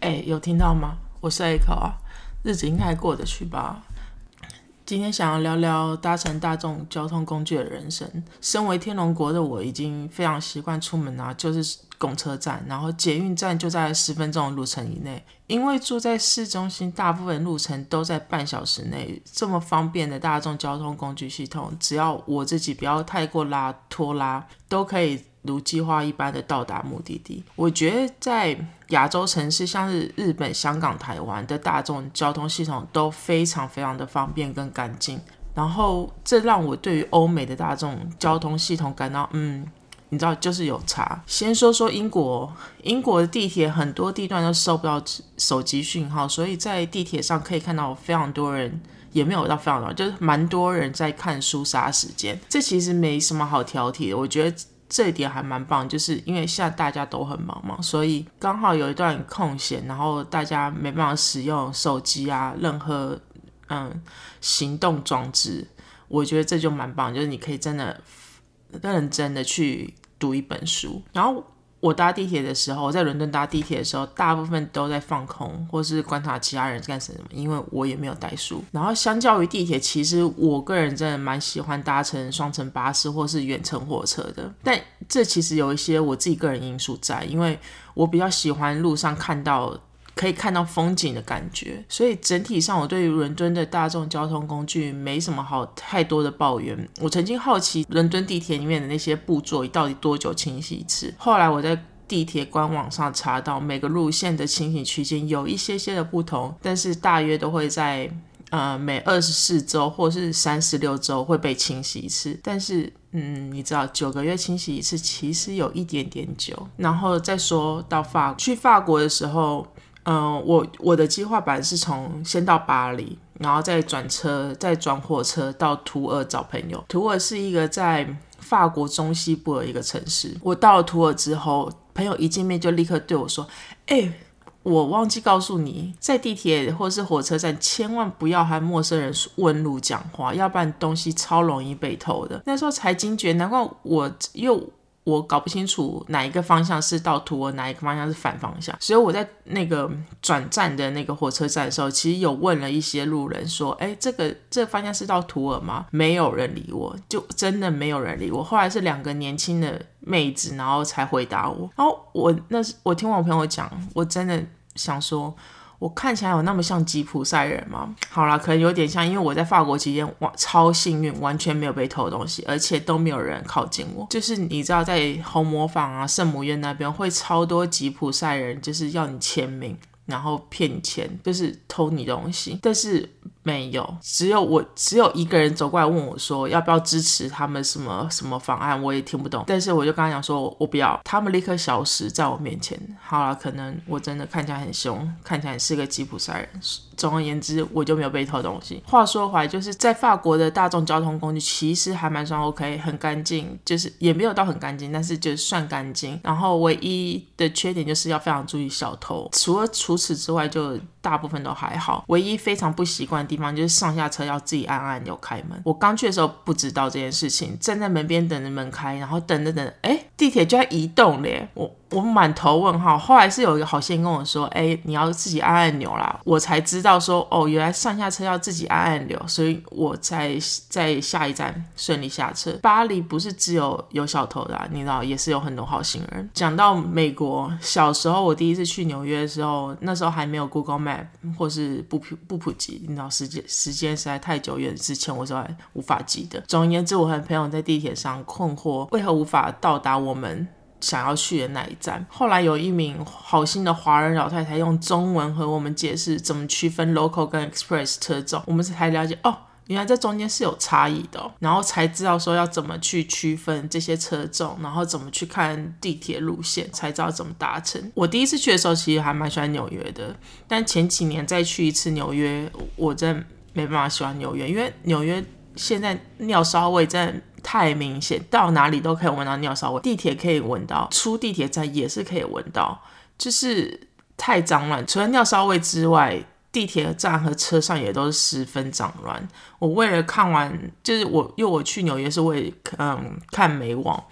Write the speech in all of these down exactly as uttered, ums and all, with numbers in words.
哎，有听到吗？我是 Echo 啊，日子应该还过得去吧。今天想要聊聊搭乘大众交通工具的人生。身为天龙国的我，已经非常习惯出门啊，就是公车站，然后捷运站就在十分钟的路程以内。因为住在市中心，大部分路程都在半小时内，这么方便的大众交通工具系统，只要我自己不要太过拉拖拉，都可以如计划一般的到达目的地。我觉得在亚洲城市，像是日本、香港、台湾的大众交通系统都非常非常的方便跟干净，然后这让我对于欧美的大众交通系统感到嗯你知道就是有差。先说说英国，英国的地铁很多地段都收不到手机讯号，所以在地铁上可以看到非常多人，也没有到非常多，就是蛮多人在看书杀时间。这其实没什么好挑剔的，我觉得这一点还蛮棒，就是因为现在大家都很忙嘛，所以刚好有一段空闲，然后大家没办法使用手机啊，任何嗯行动装置，我觉得这就蛮棒，就是你可以真的认真的去读一本书。然后我搭地铁的时候，我在伦敦搭地铁的时候，大部分都在放空或是观察其他人干什么，因为我也没有带书。然后相较于地铁，其实我个人真的蛮喜欢搭乘双层巴士或是远程火车的，但这其实有一些我自己个人因素在，因为我比较喜欢路上看到可以看到风景的感觉，所以整体上我对于伦敦的大众交通工具没什么好太多的抱怨。我曾经好奇伦敦地铁里面的那些布座椅到底多久清洗一次，后来我在地铁官网上查到每个路线的清洗区间有一些些的不同，但是大约都会在呃每二十四周或是三十六周会被清洗一次。但是嗯，你知道九个月清洗一次其实有一点点久。然后再说到法去法国的时候，嗯，我我的计划本来是从先到巴黎，然后再转车，再转火车到图尔找朋友。图尔是一个在法国中西部的一个城市。我到了图尔之后，朋友一见面就立刻对我说：“哎、欸，我忘记告诉你，在地铁或是火车站千万不要和陌生人问路讲话，要不然东西超容易被偷的。”那时候才惊觉，难怪我又。我搞不清楚哪一个方向是到图尔，哪一个方向是反方向，所以我在那个转站的那个火车站的时候，其实有问了一些路人说：“哎，这个这个方向是到图尔吗？”没有人理我，就真的没有人理我。后来是两个年轻的妹子，然后才回答我。然后我那我听完我朋友讲，我真的想说，我看起来有那么像吉普赛人吗？好啦，可能有点像，因为我在法国期间超幸运，完全没有被偷东西，而且都没有人靠近我。就是你知道在红磨坊啊、圣母院那边会超多吉普赛人，就是要你签名，然后骗你钱，就是偷你东西。但是没有，只有我只有一个人走过来问我说要不要支持他们什么什么方案，我也听不懂，但是我就跟他讲说我不要，他们立刻消失在我面前。好啦，可能我真的看起来很凶，看起来是个吉普赛人，总而言之我就没有被偷东西。话说回来，就是在法国的大众交通工具其实还蛮算 OK， 很干净，就是也没有到很干净，但是就算干净。然后唯一的缺点就是要非常注意小偷，除了除此之外就大部分都还好。唯一非常不习惯的地方就是上下车要自己按按钮开门。我刚去的时候不知道这件事情，站在门边等着门开，然后等着等着，哎，地铁就在移动了耶。我我满头问号。后来是有一个好心跟我说，哎，你要自己按按钮啦，我才知道说哦，原来上下车要自己按按钮，所以我在在下一站顺利下车。巴黎不是只有有小偷的、啊、你知道，也是有很多好心人。讲到美国，小时候我第一次去纽约的时候，那时候还没有 Google Map 或是不不普及，你知道时间时间实在太久远之前，我实在无法记得。总而言之，我和朋友在地铁上困惑，为何无法到达我们想要去的那一站。后来有一名好心的华人老太太用中文和我们解释怎么区分 local 跟 express 车种，我们才了解哦，原来这中间是有差异的、哦、然后才知道说要怎么去区分这些车种，然后怎么去看地铁路线，才知道怎么达成。我第一次去的时候其实还蛮喜欢纽约的，但前几年再去一次纽约，我真的没办法喜欢纽约，因为纽约现在尿骚味真的太明显，到哪里都可以闻到尿骚味，地铁可以闻到，出地铁站也是可以闻到，就是太脏乱。除了尿骚味之外，地铁站和车上也都是十分脏乱。我为了看完，就是我因为我去纽约是为了、嗯、看美网，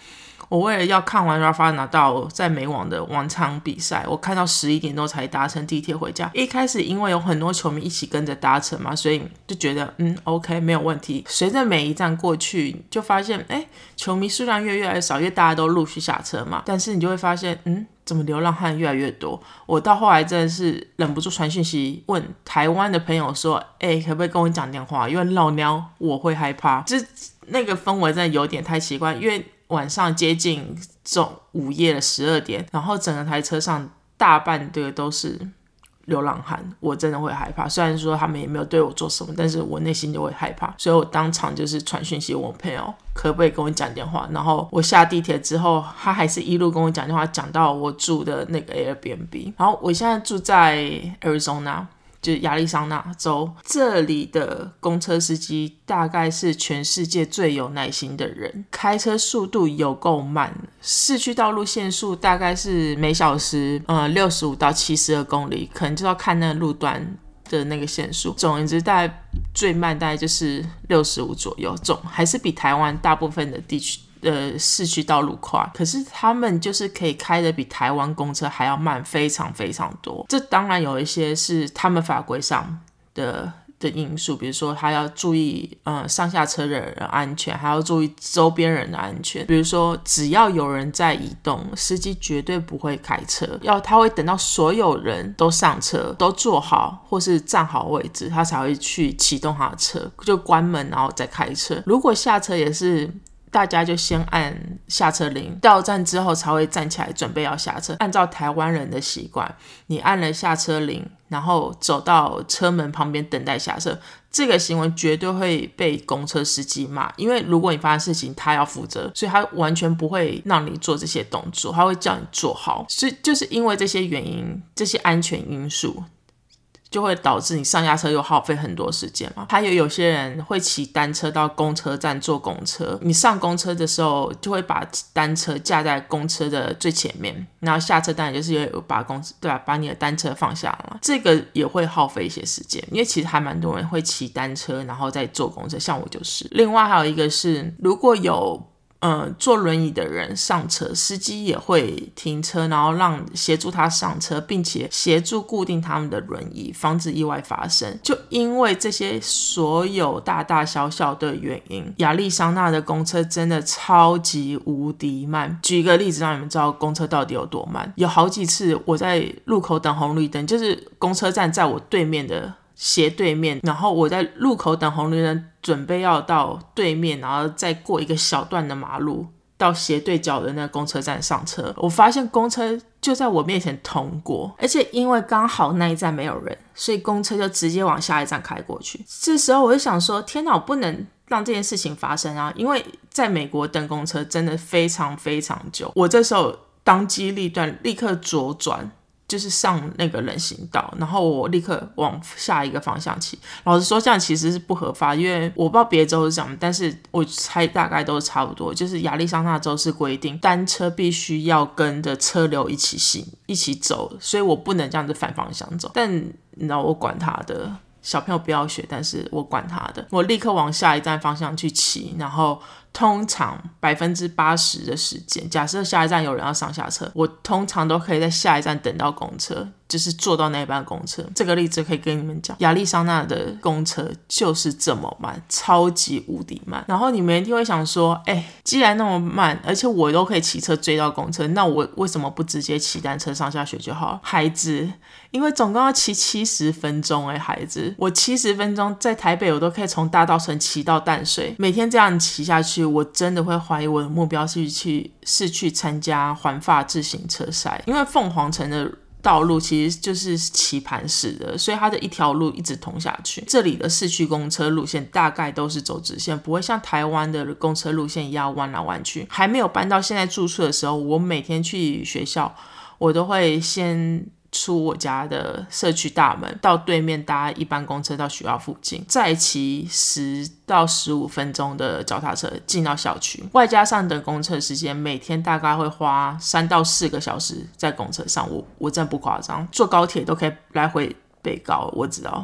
我为了要看完 Rafa Nadal 在美网的晚场比赛，我看到十一点多才搭乘地铁回家。一开始因为有很多球迷一起跟着搭乘嘛，所以就觉得嗯 OK 没有问题。随着每一站过去，就发现哎，球迷数量越越来越少，因为大家都陆续下车嘛。但是你就会发现嗯，怎么流浪汉越来越多？我到后来真的是忍不住传讯息问台湾的朋友说，哎，可不可以跟我讲电话？因为老娘我会害怕，就是那个氛围真的有点太奇怪，因为晚上接近这种午夜的十二点，然后整个台车上大半的都是流浪汉，我真的会害怕。虽然说他们也没有对我做什么，但是我内心就会害怕，所以我当场就是传讯息问我朋友可不可以跟我讲电话。然后我下地铁之后，他还是一路跟我讲电话，讲到我住的那个 Airbnb。然后我现在住在 Arizona，就是亚利桑那州，这里的公车司机大概是全世界最有耐心的人，开车速度有够慢，市区道路限速大概是每小时呃六十五到七十二公里，可能就要看那个路段的那个限速。总而言之，大概最慢大概就是六十五左右，总还是比台湾大部分的地区呃，市区道路快，可是他们就是可以开的比台湾公车还要慢非常非常多。这当然有一些是他们法规上的的因素，比如说他要注意呃上下车的人安全，还要注意周边人的安全。比如说只要有人在移动，司机绝对不会开车，要他会等到所有人都上车都坐好或是站好位置，他才会去启动他的车，就关门然后再开车。如果下车也是大家就先按下车铃，到站之后才会站起来准备要下车。按照台湾人的习惯，你按了下车铃，然后走到车门旁边等待下车，这个行为绝对会被公车司机骂，因为如果你发生事情他要负责，所以他完全不会让你做这些动作，他会叫你做好。所以就是因为这些原因，这些安全因素就会导致你上下车又耗费很多时间嘛。还有有些人会骑单车到公车站坐公车，你上公车的时候就会把单车架在公车的最前面，然后下车当然就是有把公对吧、啊，把你的单车放下了，这个也会耗费一些时间，因为其实还蛮多人会骑单车然后再坐公车，像我就是。另外还有一个是，如果有呃，坐轮椅的人上车，司机也会停车，然后让协助他上车，并且协助固定他们的轮椅，防止意外发生。就因为这些所有大大小小的原因，亚利桑那的公车真的超级无敌慢。举一个例子让你们知道公车到底有多慢，有好几次我在路口等红绿灯，就是公车站在我对面的斜对面，然后我在路口等红绿灯，准备要到对面，然后再过一个小段的马路到斜对角的那个公车站上车，我发现公车就在我面前通过，而且因为刚好那一站没有人，所以公车就直接往下一站开过去。这时候我就想说，天哪，我不能让这件事情发生啊，因为在美国等公车真的非常非常久。我这时候当机立断，立刻左转，就是上那个人行道，然后我立刻往下一个方向骑。老实说这样其实是不合法，因为我不知道别的州是这样，但是我猜大概都差不多，就是亚利桑那州是规定单车必须要跟着车流一起行一起走，所以我不能这样子反方向走。但你知道我管他的，小朋友不要学，但是我管他的，我立刻往下一站方向去骑，然后通常百分之八十的时间，假设下一站有人要上下车，我通常都可以在下一站等到公车，就是坐到那一班公车。这个例子可以跟你们讲，亚利桑那的公车就是这么慢，超级无敌慢。然后你们一定会想说，哎、欸，既然那么慢，而且我都可以骑车追到公车，那我为什么不直接骑单车上下学就好？孩子，因为总共要骑七十分钟哎、欸，孩子，我七十分钟在台北我都可以从大稻埕骑到淡水，每天这样骑下去，我真的会怀疑我的目标是去是去参加环法自行车赛。因为凤凰城的道路其实就是棋盘式的，所以它的一条路一直通下去。这里的市区公车路线大概都是走直线，不会像台湾的公车路线一样弯来弯去。还没有搬到现在住处的时候，我每天去学校，我都会先出我家的社区大门，到对面搭一班公车到学校附近，再骑十到十五分钟的脚踏车进到校区，外加上等公车时间，每天大概会花三到四个小时在公车上。我我真的不夸张，坐高铁都可以来回北高，我知道。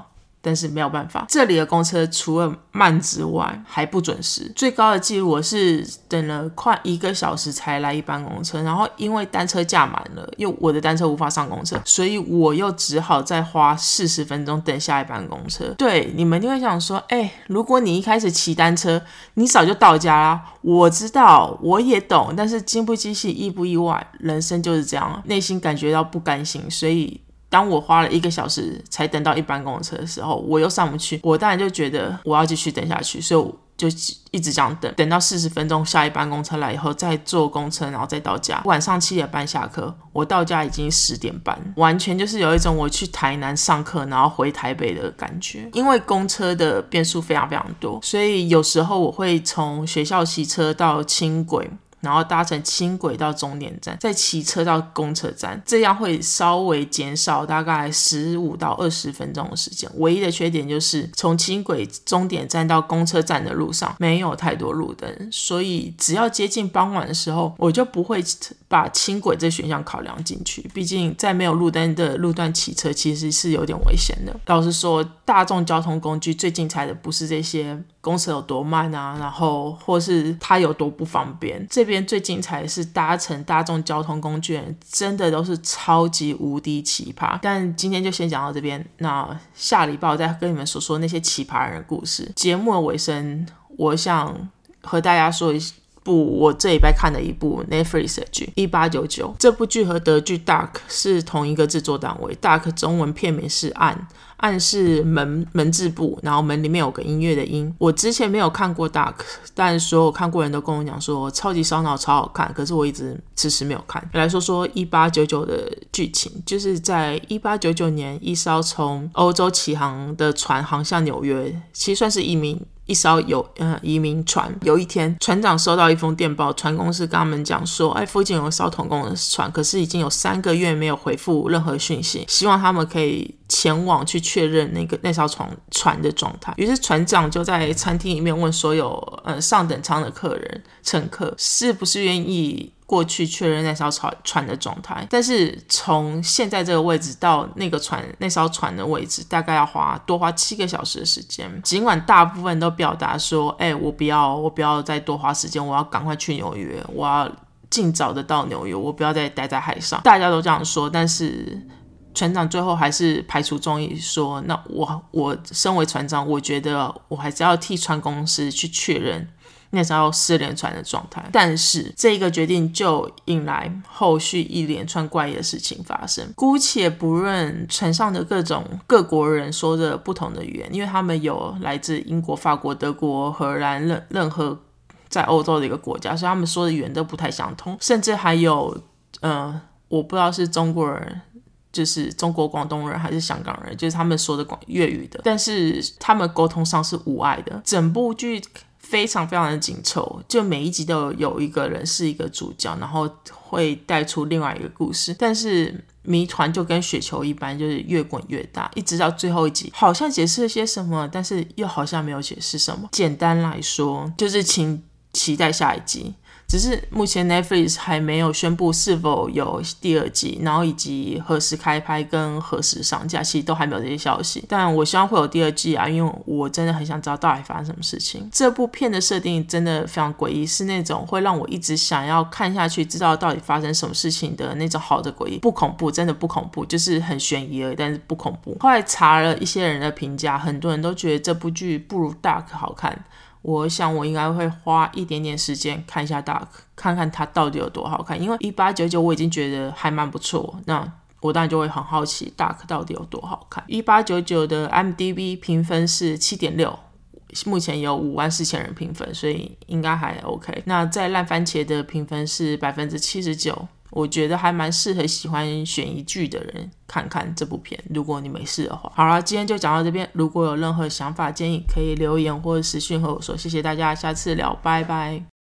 但是没有办法，这里的公车除了慢之外还不准时。最高的记录我是等了快一个小时才来一班公车，然后因为单车架满了，因为我的单车无法上公车，所以我又只好再花四十分钟等下一班公车。对，你们一定会想说，哎、欸，如果你一开始骑单车你早就到家啦。我知道，我也懂，但是经不起喜意不意外，人生就是这样，内心感觉到不甘心，所以当我花了一个小时才等到一班公车的时候，我又上不去，我当然就觉得我要继续等下去，所以我就一直这样等，等到四十分钟下一班公车来以后再坐公车，然后再到家。晚上七点半下课，我到家已经十点半，完全就是有一种我去台南上课然后回台北的感觉。因为公车的变数非常非常多，所以有时候我会从学校骑车到轻轨，然后搭乘轻轨到终点站，再骑车到公车站，这样会稍微减少大概十五到二十分钟的时间。唯一的缺点就是从轻轨终点站到公车站的路上没有太多路灯，所以只要接近傍晚的时候，我就不会把轻轨这选项考量进去，毕竟在没有路灯的路段骑车其实是有点危险的。老实说，大众交通工具最精彩的不是这些公车有多慢啊，然后或是它有多不方便，这边最精彩的是搭乘大众交通工具的人真的都是超级无敌奇葩。但今天就先讲到这边，那下礼拜我再跟你们说说那些奇葩人的故事。节目的尾声，我想和大家说一部我这礼拜看的一部 Netflix 的剧一八九九。这部剧和德剧 Dark 是同一个制作单位， Dark 中文片名是暗，暗是门门字部，然后门里面有个音乐的音。我之前没有看过 Dark， 但所有看过人都跟我讲说超级烧脑超好看，可是我一直迟迟没有看。来说说一八九九的剧情，就是在一八九九年，一艘从欧洲起航的船航向纽约，其实算是移民一艘有、呃、移民船。有一天船长收到一封电报，船公司跟他们讲说，哎，附近有一艘同工的船，可是已经有三个月没有回复任何讯息，希望他们可以前往去确认那个那艘船船的状态。于是船长就在餐厅里面问所有、呃、上等舱的客人乘客是不是愿意过去确认那艘船的状态。但是从现在这个位置到那个船那艘船的位置大概要花多花七个小时的时间，尽管大部分都表达说，哎、欸，我不要我不要再多花时间，我要赶快去纽约，我要尽早的到纽约，我不要再待在海上，大家都这样说。但是船长最后还是排除众议说，那我我身为船长，我觉得我还是要替船公司去确认那艘失联船的状态。但是这个决定就引来后续一连串怪异的事情发生。姑且不论船上的各种各国人说着不同的语言，因为他们有来自英国、法国、德国、荷兰任任何在欧洲的一个国家，所以他们说的语言都不太相通，甚至还有呃，我不知道是中国人，就是中国广东人还是香港人，就是他们说的粤语的，但是他们沟通上是无碍的。整部剧非常非常的紧凑，就每一集都有一个人是一个主角，然后会带出另外一个故事，但是谜团就跟雪球一般，就是越滚越大，一直到最后一集好像解释了些什么，但是又好像没有解释什么。简单来说就是请期待下一集，只是目前 Netflix 还没有宣布是否有第二季，然后以及何时开拍跟何时上架，其实都还没有这些消息。但我希望会有第二季啊，因为我真的很想知道到底发生什么事情。这部片的设定真的非常诡异，是那种会让我一直想要看下去，知道到底发生什么事情的那种好的诡异。不恐怖，真的不恐怖，就是很悬疑而已，但是不恐怖。后来查了一些人的评价，很多人都觉得这部剧不如 Dark 好看。我想我应该会花一点点时间看一下 Dark， 看看它到底有多好看，因为一八九九我已经觉得还蛮不错，那我当然就会很好奇 Dark 到底有多好看。一八九九的 I M D B 评分是 七点六， 目前有五万四千人评分，所以应该还 OK。 那在烂番茄的评分是 百分之七十九，我觉得还蛮适合喜欢悬疑剧的人看看这部片，如果你没事的话。好了，今天就讲到这边，如果有任何想法建议可以留言或者私讯和我说，谢谢大家，下次聊，拜拜。